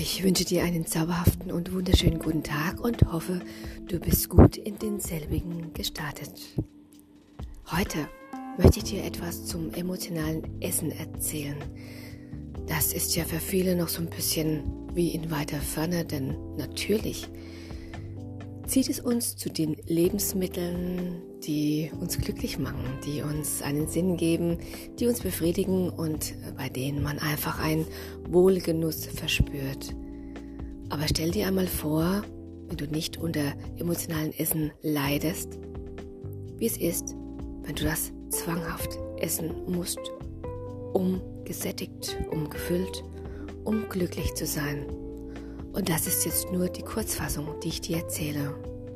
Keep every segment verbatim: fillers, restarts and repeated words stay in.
Ich wünsche dir einen zauberhaften und wunderschönen guten Tag und hoffe, du bist gut in denselbigen gestartet. Heute möchte ich dir etwas zum emotionalen Essen erzählen. Das ist ja für viele noch so ein bisschen wie in weiter Ferne, denn natürlich zieht es uns zu den Lebensmitteln, die uns glücklich machen, die uns einen Sinn geben, die uns befriedigen und bei denen man einfach einen Wohlgenuss verspürt. Aber stell dir einmal vor, wenn du nicht unter emotionalen Essen leidest, wie es ist, wenn du das zwanghaft essen musst, um gesättigt, um gefüllt, um glücklich zu sein. Und das ist jetzt nur die Kurzfassung, die ich dir erzähle.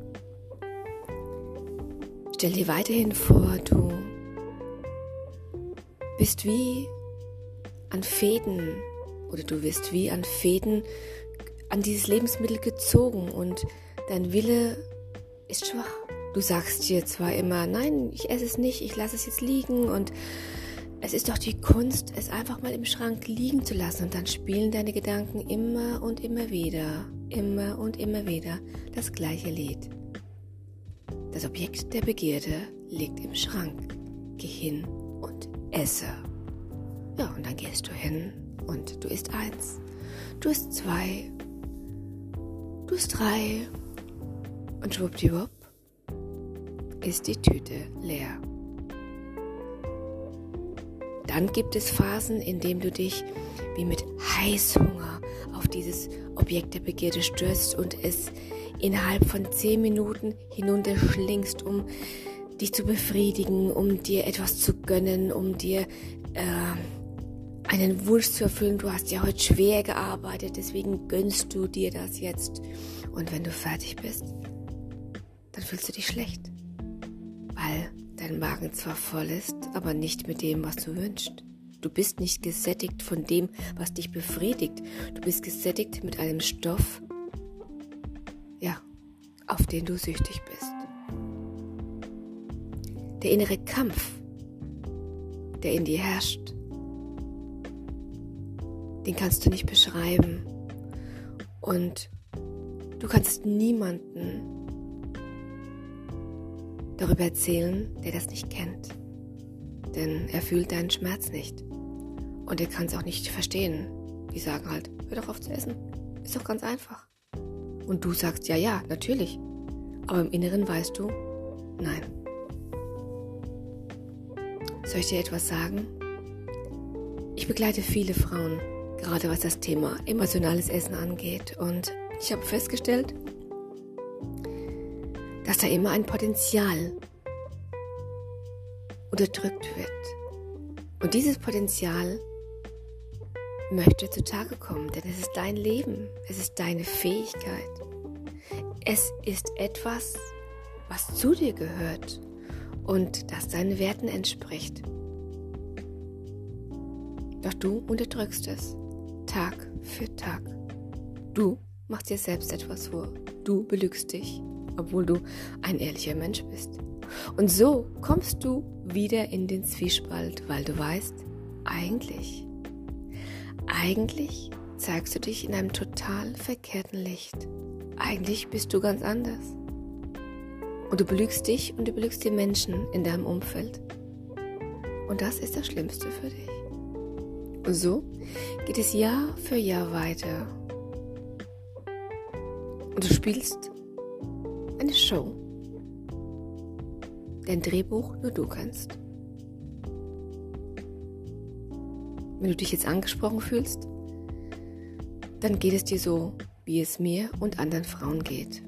Stell dir weiterhin vor, du bist wie an Fäden oder du wirst wie an Fäden an dieses Lebensmittel gezogen und dein Wille ist schwach. Du sagst dir zwar immer, nein, ich esse es nicht, ich lasse es jetzt liegen und es ist doch die Kunst, es einfach mal im Schrank liegen zu lassen und dann spielen deine Gedanken immer und immer wieder, immer und immer wieder das gleiche Lied. Das Objekt der Begierde liegt im Schrank. Geh hin und esse. Ja, und dann gehst du hin und du isst eins, du isst zwei, du isst drei und schwuppdiwupp ist die Tüte leer. Dann gibt es Phasen, in denen du dich wie mit Heißhunger auf dieses Objekt der Begierde stürzt und es innerhalb von zehn Minuten hinunterschlingst, um dich zu befriedigen, um dir etwas zu gönnen, um dir äh, einen Wunsch zu erfüllen. Du hast ja heute schwer gearbeitet, deswegen gönnst du dir das jetzt. Und wenn du fertig bist, dann fühlst du dich schlecht, weil dein Magen zwar voll ist, aber nicht mit dem, was du wünschst. Du bist nicht gesättigt von dem, was dich befriedigt. Du bist gesättigt mit einem Stoff, ja, auf den du süchtig bist. Der innere Kampf, der in dir herrscht, den kannst du nicht beschreiben. Und du kannst niemanden darüber erzählen, der das nicht kennt. Denn er fühlt deinen Schmerz nicht. Und er kann es auch nicht verstehen. Die sagen halt, hör doch auf zu essen. Ist doch ganz einfach. Und du sagst, ja, ja, natürlich. Aber im Inneren weißt du, nein. Soll ich dir etwas sagen? Ich begleite viele Frauen, gerade was das Thema emotionales Essen angeht. Und ich habe festgestellt, dass da immer ein Potenzial unterdrückt wird. Und dieses Potenzial möchte zutage kommen, denn es ist dein Leben, es ist deine Fähigkeit. Es ist etwas, was zu dir gehört und das deinen Werten entspricht. Doch du unterdrückst es, Tag für Tag. Du machst dir selbst etwas vor, du belügst dich, obwohl du ein ehrlicher Mensch bist. Und so kommst du wieder in den Zwiespalt, weil du weißt, eigentlich, eigentlich zeigst du dich in einem total verkehrten Licht. Eigentlich bist du ganz anders. Und du belügst dich und du belügst die Menschen in deinem Umfeld. Und das ist das Schlimmste für dich. Und so geht es Jahr für Jahr weiter. Und du spielst eine Show, dein Drehbuch nur du kannst. Wenn du dich jetzt angesprochen fühlst, dann geht es dir so, wie es mir und anderen Frauen geht.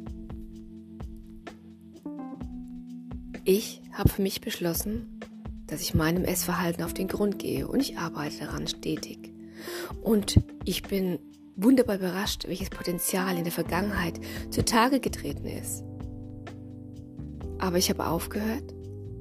Ich habe für mich beschlossen, dass ich meinem Essverhalten auf den Grund gehe und ich arbeite daran stetig. Und ich bin wunderbar überrascht, welches Potenzial in der Vergangenheit zutage getreten ist. Aber ich habe aufgehört,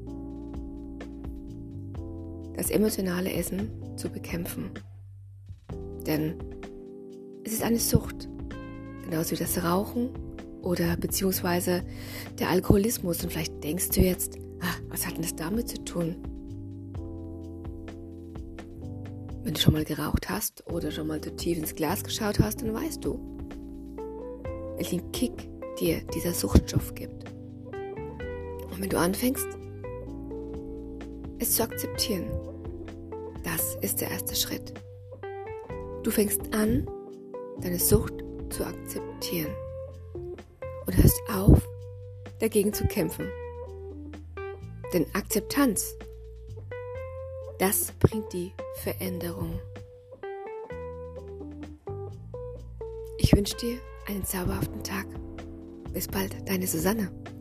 das emotionale Essen zu bekämpfen. Denn es ist eine Sucht, genauso wie das Rauchen oder beziehungsweise der Alkoholismus. Und vielleicht denkst du jetzt, ah, was hat denn das damit zu tun? Wenn du schon mal geraucht hast oder schon mal so tief ins Glas geschaut hast, dann weißt du, welchen Kick dir dieser Suchtstoff gibt. Und wenn du anfängst, es zu akzeptieren, das ist der erste Schritt. Du fängst an, deine Sucht zu akzeptieren und hörst auf, dagegen zu kämpfen. Denn Akzeptanz, das bringt die Veränderung. Ich wünsche dir einen zauberhaften Tag. Bis bald, deine Susanne.